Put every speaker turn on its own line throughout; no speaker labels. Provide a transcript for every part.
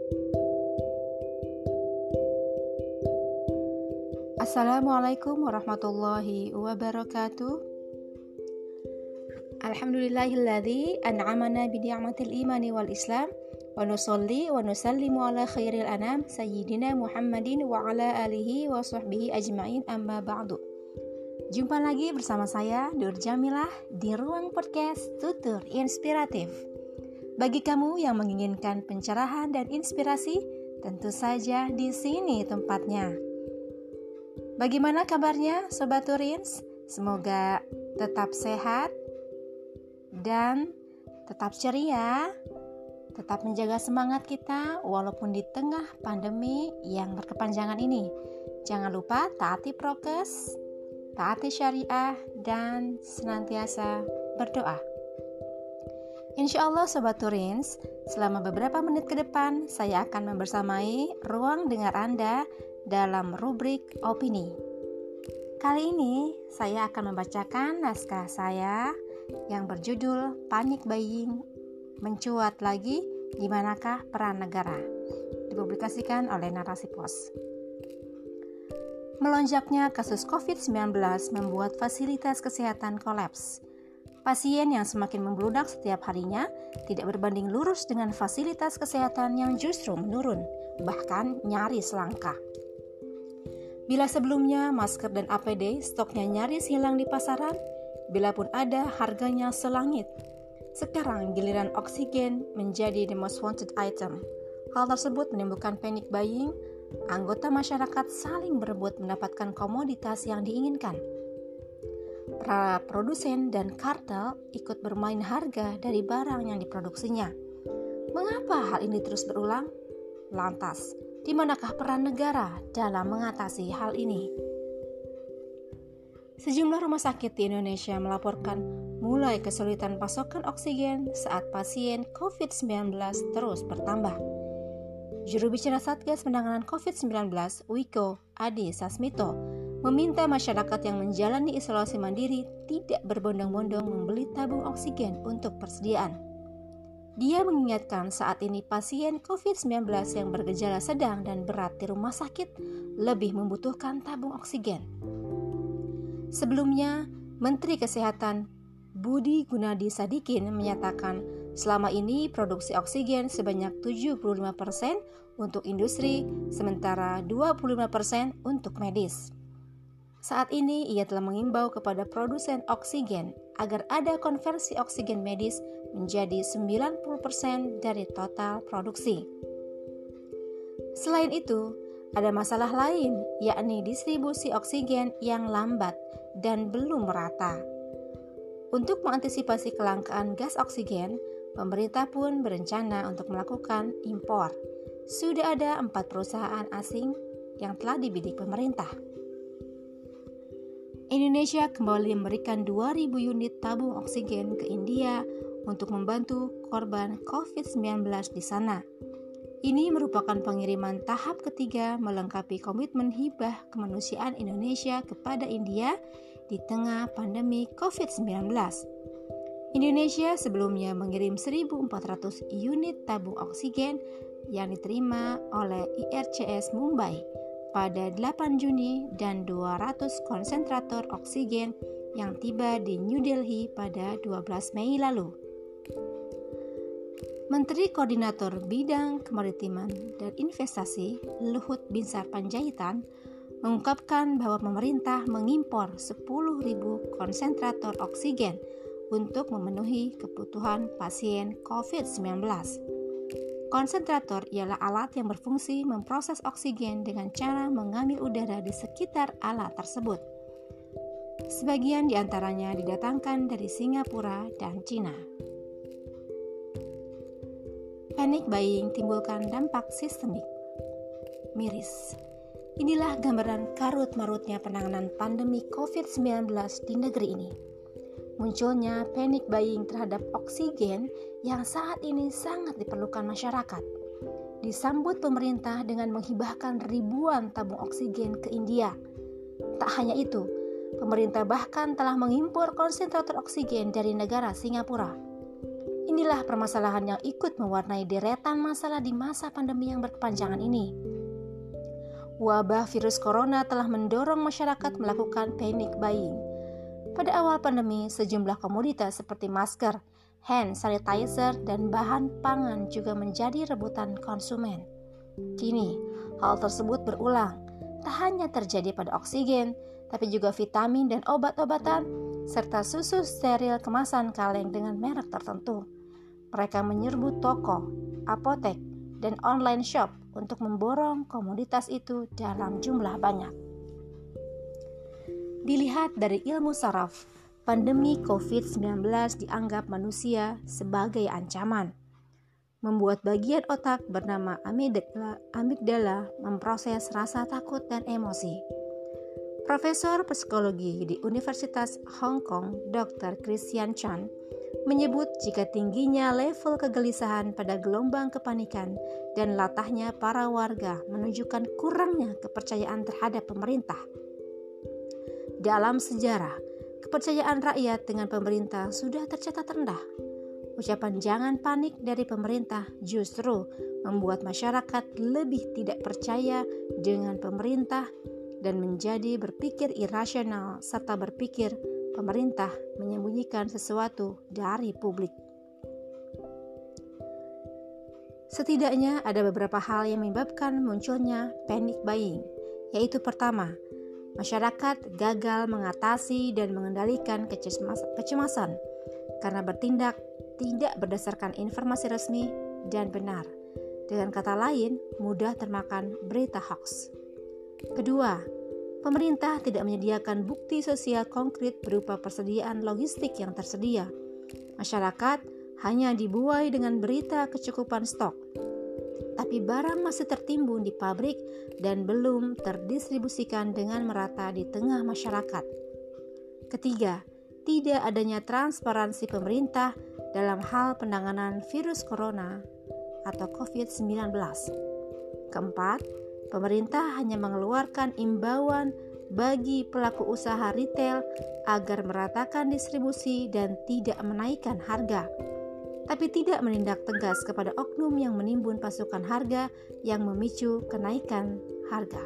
Assalamualaikum warahmatullahi wabarakatuh. Alhamdulillahilladzi an'amana bi ni'matil imani wal islam wa nusalli wa nusallimu ala khairil anam sayyidina Muhammadin wa ala alihi wa sahbihi ajmain, amma ba'du. Jumpa lagi bersama saya Nur Jamilah di ruang podcast Tutur Inspiratif. Bagi kamu yang menginginkan pencerahan dan inspirasi, tentu saja di sini tempatnya. Bagaimana kabarnya Sobat Turins? Semoga tetap sehat dan tetap ceria, tetap menjaga semangat kita walaupun di tengah pandemi yang berkepanjangan ini. Jangan lupa taati prokes, taati syariah, dan senantiasa berdoa. Insya Allah Sobat Turins, selama beberapa menit ke depan saya akan membersamai ruang dengar Anda dalam rubrik opini. Kali ini saya akan membacakan naskah saya yang berjudul Panic Buying Mencuat Lagi, Di Manakah Peran Negara, dipublikasikan oleh Narasi Pos. Melonjaknya kasus COVID-19 membuat fasilitas kesehatan kolaps. Pasien yang semakin membludak setiap harinya tidak berbanding lurus dengan fasilitas kesehatan yang justru menurun, bahkan nyaris langka. Bila sebelumnya masker dan APD stoknya nyaris hilang di pasaran, bila pun ada harganya selangit. Sekarang giliran oksigen menjadi the most wanted item. Hal tersebut menimbulkan panic buying, anggota masyarakat saling berebut mendapatkan komoditas yang diinginkan. Para produsen dan kartel ikut bermain harga dari barang yang diproduksinya. Mengapa hal ini terus berulang? Lantas, di manakah peran negara dalam mengatasi hal ini? Sejumlah rumah sakit di Indonesia melaporkan mulai kesulitan pasokan oksigen saat pasien COVID-19 terus bertambah. Juru bicara Satgas Penanganan COVID-19, Wiko Adi Sasmito, meminta masyarakat yang menjalani isolasi mandiri tidak berbondong-bondong membeli tabung oksigen untuk persediaan. Dia mengingatkan saat ini pasien COVID-19 yang bergejala sedang dan berat di rumah sakit lebih membutuhkan tabung oksigen. Sebelumnya, Menteri Kesehatan Budi Gunadi Sadikin menyatakan selama ini produksi oksigen sebanyak 75% untuk industri, sementara 25% untuk medis. Saat ini ia telah mengimbau kepada produsen oksigen agar ada konversi oksigen medis menjadi 90% dari total produksi. Selain itu, ada masalah lain, yakni distribusi oksigen yang lambat dan belum merata. Untuk mengantisipasi kelangkaan gas oksigen, pemerintah pun berencana untuk melakukan impor. Sudah ada 4 perusahaan asing yang telah dibidik pemerintah. Indonesia kembali memberikan 2.000 unit tabung oksigen ke India untuk membantu korban COVID-19 di sana. Ini merupakan pengiriman tahap ketiga melengkapi komitmen hibah kemanusiaan Indonesia kepada India di tengah pandemi COVID-19. Indonesia sebelumnya mengirim 1.400 unit tabung oksigen yang diterima oleh IRCS Mumbai pada 8 Juni dan 200 konsentrator oksigen yang tiba di New Delhi pada 12 Mei lalu. Menteri Koordinator Bidang Kemaritiman dan Investasi Luhut Binsar Panjaitan mengungkapkan bahwa pemerintah mengimpor 10.000 konsentrator oksigen untuk memenuhi kebutuhan pasien COVID-19. Konsentrator ialah alat yang berfungsi memproses oksigen dengan cara mengambil udara di sekitar alat tersebut. Sebagian di antaranya didatangkan dari Singapura dan Cina. Panic buying timbulkan dampak sistemik. Miris. Inilah gambaran karut-marutnya penanganan pandemi COVID-19 di negeri ini. Munculnya panic buying terhadap oksigen yang saat ini sangat diperlukan masyarakat. Disambut pemerintah dengan menghibahkan ribuan tabung oksigen ke India. Tak hanya itu, pemerintah bahkan telah mengimpor konsentrator oksigen dari negara Singapura. Inilah permasalahan yang ikut mewarnai deretan masalah di masa pandemi yang berkepanjangan ini. Wabah virus corona telah mendorong masyarakat melakukan panic buying. Pada awal pandemi, sejumlah komoditas seperti masker, hand sanitizer, dan bahan pangan juga menjadi rebutan konsumen. Kini, hal tersebut berulang. Tak hanya terjadi pada oksigen, tapi juga vitamin dan obat-obatan, serta susu steril kemasan kaleng dengan merek tertentu. Mereka menyerbu toko, apotek, dan online shop untuk memborong komoditas itu dalam jumlah banyak. Dilihat dari ilmu saraf, pandemi COVID-19 dianggap manusia sebagai ancaman, membuat bagian otak bernama amigdala memproses rasa takut dan emosi. Profesor psikologi di Universitas Hong Kong, Dr. Christian Chan, menyebut jika tingginya level kegelisahan pada gelombang kepanikan dan latahnya para warga menunjukkan kurangnya kepercayaan terhadap pemerintah. Dalam sejarah, kepercayaan rakyat dengan pemerintah sudah tercatat rendah. Ucapan jangan panik dari pemerintah justru membuat masyarakat lebih tidak percaya dengan pemerintah dan menjadi berpikir irasional serta berpikir pemerintah menyembunyikan sesuatu dari publik. Setidaknya ada beberapa hal yang menyebabkan munculnya panic buying, yaitu pertama, masyarakat gagal mengatasi dan mengendalikan kecemasan karena bertindak tidak berdasarkan informasi resmi dan benar. Dengan kata lain, mudah termakan berita hoax. Kedua, pemerintah tidak menyediakan bukti sosial konkret berupa persediaan logistik yang tersedia. Masyarakat hanya dibuai dengan berita kecukupan stok, tapi barang masih tertimbun di pabrik dan belum terdistribusikan dengan merata di tengah masyarakat. Ketiga, tidak adanya transparansi pemerintah dalam hal penanganan virus corona atau COVID-19. Keempat, pemerintah hanya mengeluarkan imbauan bagi pelaku usaha retail agar meratakan distribusi dan tidak menaikkan harga, tapi tidak menindak tegas kepada oknum yang menimbun pasukan harga yang memicu kenaikan harga.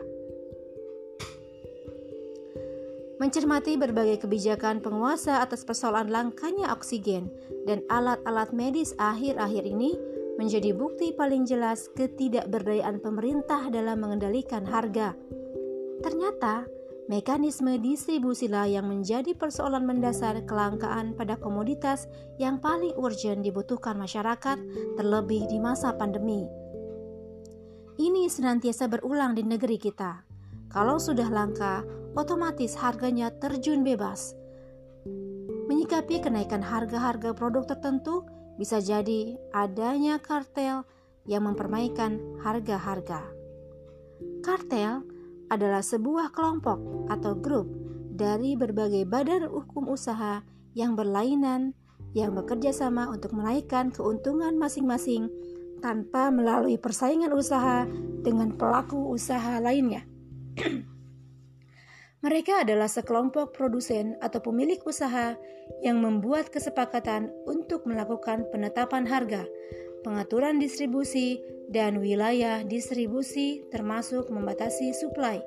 Mencermati berbagai kebijakan penguasa atas persoalan langkanya oksigen dan alat-alat medis akhir-akhir ini menjadi bukti paling jelas ketidakberdayaan pemerintah dalam mengendalikan harga. Ternyata, mekanisme distribusilah yang menjadi persoalan mendasar kelangkaan pada komoditas yang paling urgent dibutuhkan masyarakat, terlebih di masa pandemi. Ini senantiasa berulang di negeri kita. Kalau sudah langka, otomatis harganya terjun bebas. Menyikapi kenaikan harga-harga produk tertentu, bisa jadi adanya kartel yang mempermainkan harga-harga. Kartel adalah sebuah kelompok atau grup dari berbagai badan hukum usaha yang berlainan yang bekerja sama untuk menaikkan keuntungan masing-masing tanpa melalui persaingan usaha dengan pelaku usaha lainnya. Mereka adalah sekelompok produsen atau pemilik usaha yang membuat kesepakatan untuk melakukan penetapan harga, pengaturan distribusi, dan wilayah distribusi termasuk membatasi suplai.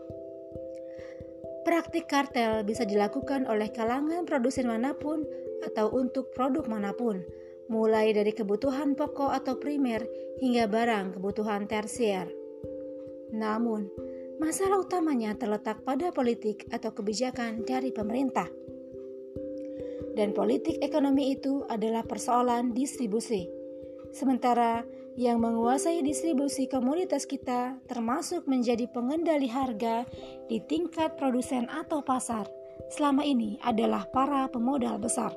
Praktik kartel bisa dilakukan oleh kalangan produsen manapun atau untuk produk manapun, mulai dari kebutuhan pokok atau primer hingga barang kebutuhan tersier. Namun, masalah utamanya terletak pada politik atau kebijakan dari pemerintah. Dan politik ekonomi itu adalah persoalan distribusi. Sementara yang menguasai distribusi komoditas kita termasuk menjadi pengendali harga di tingkat produsen atau pasar selama ini adalah para pemodal besar.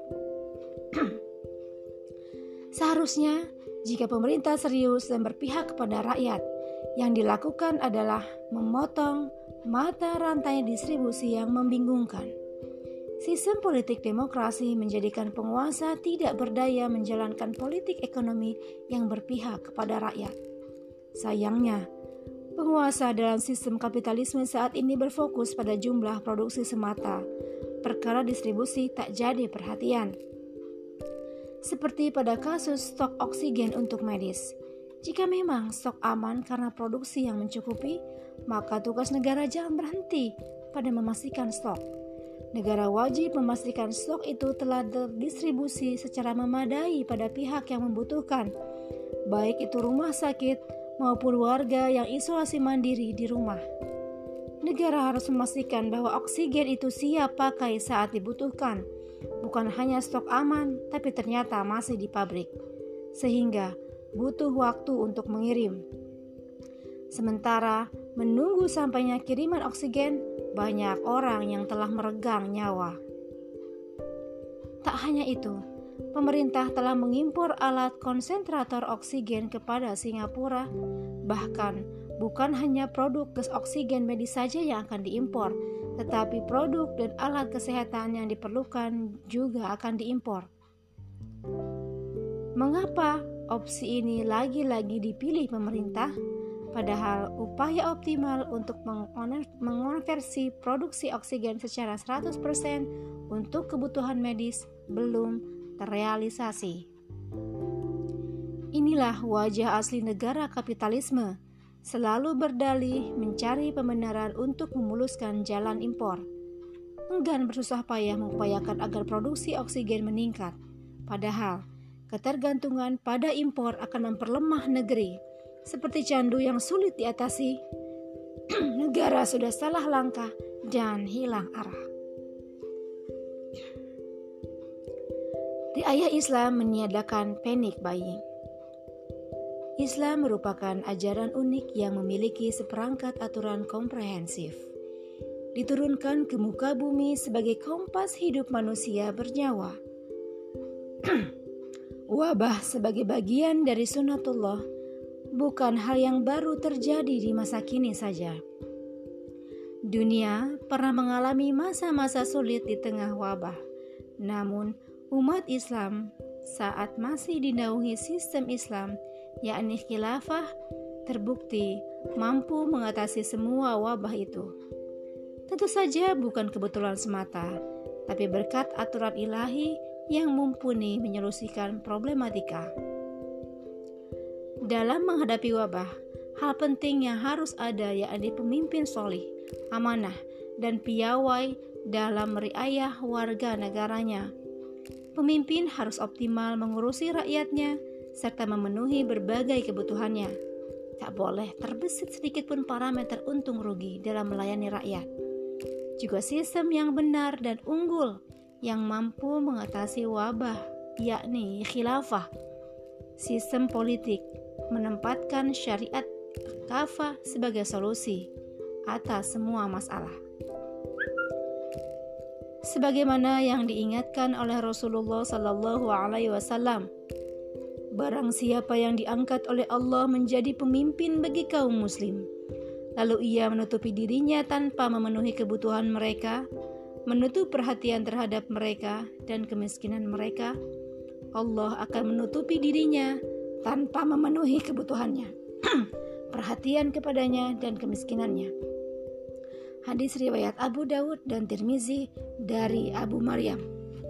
Seharusnya jika pemerintah serius dan berpihak kepada rakyat, yang dilakukan adalah memotong mata rantai distribusi yang membingungkan. Sistem politik demokrasi menjadikan penguasa tidak berdaya menjalankan politik ekonomi yang berpihak kepada rakyat. Sayangnya, penguasa dalam sistem kapitalisme saat ini berfokus pada jumlah produksi semata. Perkara distribusi tak jadi perhatian. Seperti pada kasus stok oksigen untuk medis. Jika memang stok aman karena produksi yang mencukupi, maka tugas negara jangan berhenti pada memastikan stok. Negara wajib memastikan stok itu telah terdistribusi secara memadai pada pihak yang membutuhkan, baik itu rumah sakit maupun warga yang isolasi mandiri di rumah. Negara harus memastikan bahwa oksigen itu siap pakai saat dibutuhkan, bukan hanya stok aman, tapi ternyata masih di pabrik, sehingga butuh waktu untuk mengirim. Sementara menunggu sampainya kiriman oksigen, banyak orang yang telah meregang nyawa. Tak hanya itu, pemerintah telah mengimpor alat konsentrator oksigen kepada Singapura. Bahkan bukan hanya produk gas oksigen medis saja yang akan diimpor, tetapi produk dan alat kesehatan yang diperlukan juga akan diimpor. Mengapa opsi ini lagi-lagi dipilih pemerintah? Padahal upaya optimal untuk mengonversi produksi oksigen secara 100% untuk kebutuhan medis belum terrealisasi. Inilah wajah asli negara kapitalisme, selalu berdalih mencari pembenaran untuk memuluskan jalan impor. Enggan bersusah payah mengupayakan agar produksi oksigen meningkat. Padahal ketergantungan pada impor akan memperlemah negeri. Seperti candu yang sulit diatasi, negara sudah salah langkah dan hilang arah. Riayah Islam meniadakan panic buying. Islam merupakan ajaran unik yang memiliki seperangkat aturan komprehensif. Diturunkan ke muka bumi sebagai kompas hidup manusia bernyawa. Wabah sebagai bagian dari sunnatullah bukan hal yang baru terjadi di masa kini saja. Dunia pernah mengalami masa-masa sulit di tengah wabah. Namun, umat Islam saat masih dinaungi sistem Islam, yakni khilafah, terbukti mampu mengatasi semua wabah itu. Tentu saja bukan kebetulan semata, tapi berkat aturan ilahi yang mumpuni menyelesaikan problematika. Dalam menghadapi wabah, hal penting yang harus ada yakni pemimpin sholih, amanah, dan piawai dalam meriayah warga negaranya. Pemimpin harus optimal mengurusi rakyatnya serta memenuhi berbagai kebutuhannya. Tak boleh terbesit sedikit pun parameter untung rugi dalam melayani rakyat. Juga sistem yang benar dan unggul yang mampu mengatasi wabah, yakni khilafah. Sistem politik menempatkan syariat kafah sebagai solusi atas semua masalah. Sebagaimana yang diingatkan oleh Rasulullah SAW, barang siapa yang diangkat oleh Allah menjadi pemimpin bagi kaum muslim, lalu ia menutupi dirinya tanpa memenuhi kebutuhan mereka, menutup perhatian terhadap mereka dan kemiskinan mereka, Allah akan menutupi dirinya tanpa memenuhi kebutuhannya, perhatian kepadanya dan kemiskinannya. Hadis riwayat Abu Dawud dan Tirmizi dari Abu Maryam.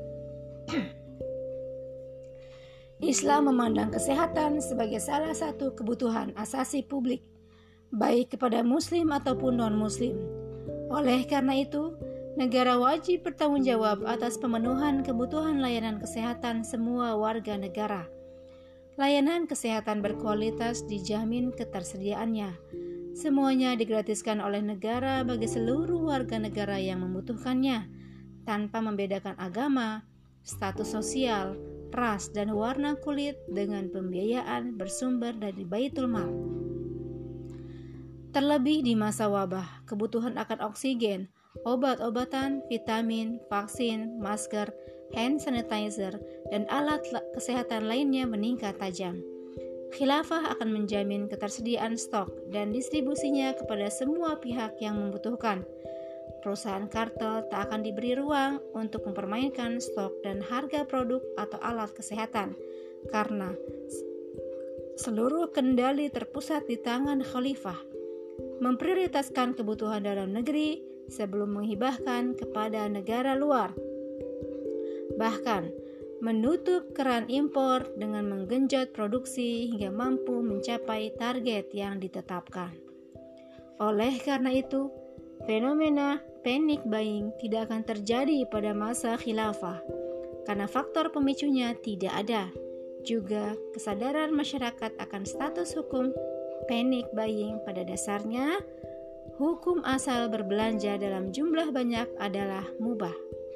Islam memandang kesehatan sebagai salah satu kebutuhan asasi publik, baik kepada muslim ataupun non-muslim. Oleh karena itu, negara wajib bertanggung jawab atas pemenuhan kebutuhan layanan kesehatan semua warga negara. Layanan kesehatan berkualitas dijamin ketersediaannya. Semuanya digratiskan oleh negara bagi seluruh warga negara yang membutuhkannya, tanpa membedakan agama, status sosial, ras, dan warna kulit dengan pembiayaan bersumber dari Baitul Mal. Terlebih di masa wabah, kebutuhan akan oksigen, obat-obatan, vitamin, vaksin, masker, hand sanitizer, dan alat kesehatan lainnya meningkat tajam. Khilafah akan menjamin ketersediaan stok dan distribusinya kepada semua pihak yang membutuhkan. Perusahaan kartel tak akan diberi ruang untuk mempermainkan stok dan harga produk atau alat kesehatan, karena seluruh kendali terpusat di tangan khalifah, memprioritaskan kebutuhan dalam negeri sebelum menghibahkan kepada negara luar. Bahkan, menutup keran impor dengan menggenjot produksi hingga mampu mencapai target yang ditetapkan. Oleh karena itu, fenomena panic buying tidak akan terjadi pada masa khilafah karena faktor pemicunya tidak ada. Juga kesadaran masyarakat akan status hukum panic buying pada dasarnya, hukum asal berbelanja dalam jumlah banyak adalah mubah.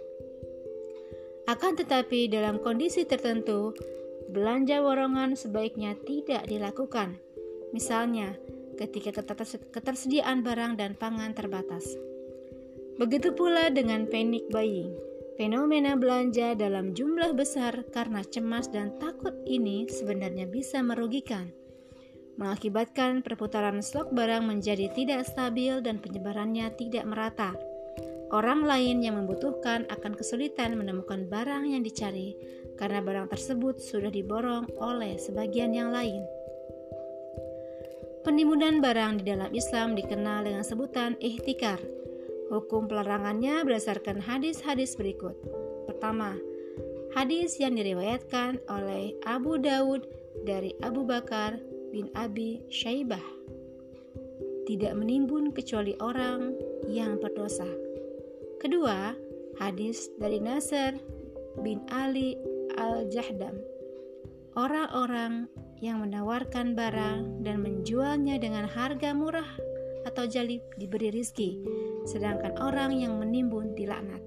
Akan tetapi dalam kondisi tertentu, belanja borongan sebaiknya tidak dilakukan. Misalnya, ketika ketersediaan barang dan pangan terbatas. Begitu pula dengan panic buying. Fenomena belanja dalam jumlah besar karena cemas dan takut ini sebenarnya bisa merugikan, mengakibatkan perputaran stok barang menjadi tidak stabil dan penyebarannya tidak merata. Orang lain yang membutuhkan akan kesulitan menemukan barang yang dicari karena barang tersebut sudah diborong oleh sebagian yang lain. Penimbunan barang di dalam Islam dikenal dengan sebutan ihtikar. Hukum pelarangannya berdasarkan hadis-hadis berikut. Pertama, hadis yang diriwayatkan oleh Abu Daud dari Abu Bakar bin Abi Syaibah. Tidak menimbun kecuali orang yang berdosa. Kedua, hadis dari Nasr bin Ali al-Jahdam. Orang-orang yang menawarkan barang dan menjualnya dengan harga murah atau jalib diberi rizki, sedangkan orang yang menimbun dilaknat.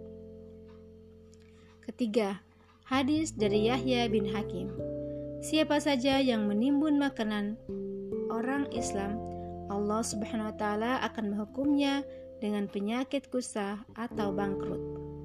Ketiga, hadis dari Yahya bin Hakim. Siapa saja yang menimbun makanan orang Islam, Allah Subhanahu wa taala akan menghukumnya dengan penyakit kusta atau bangkrut.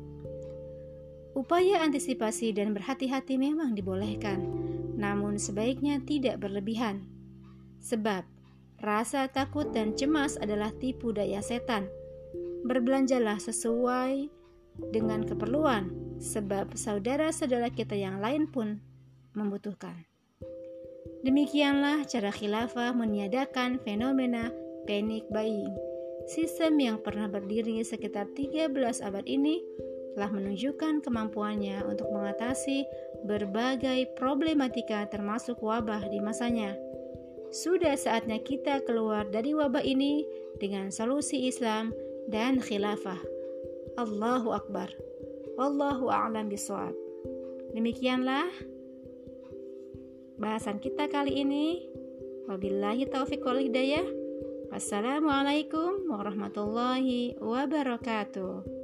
Upaya antisipasi dan berhati-hati memang dibolehkan, namun sebaiknya tidak berlebihan. Sebab rasa takut dan cemas adalah tipu daya setan. Berbelanjalah sesuai dengan keperluan, sebab saudara-saudara kita yang lain pun membutuhkan. Demikianlah cara khilafah meniadakan fenomena panic buying. Sistem yang pernah berdiri sekitar 13 abad ini telah menunjukkan kemampuannya untuk mengatasi berbagai problematika termasuk wabah di masanya. Sudah saatnya kita keluar dari wabah ini dengan solusi Islam dan khilafah. Allahu Akbar. Wallahu a'lam bishawab. Demikianlah bahasan kita kali ini. Wabillahi taufiq wal hidayah. Wassalamualaikum warahmatullahi wabarakatuh.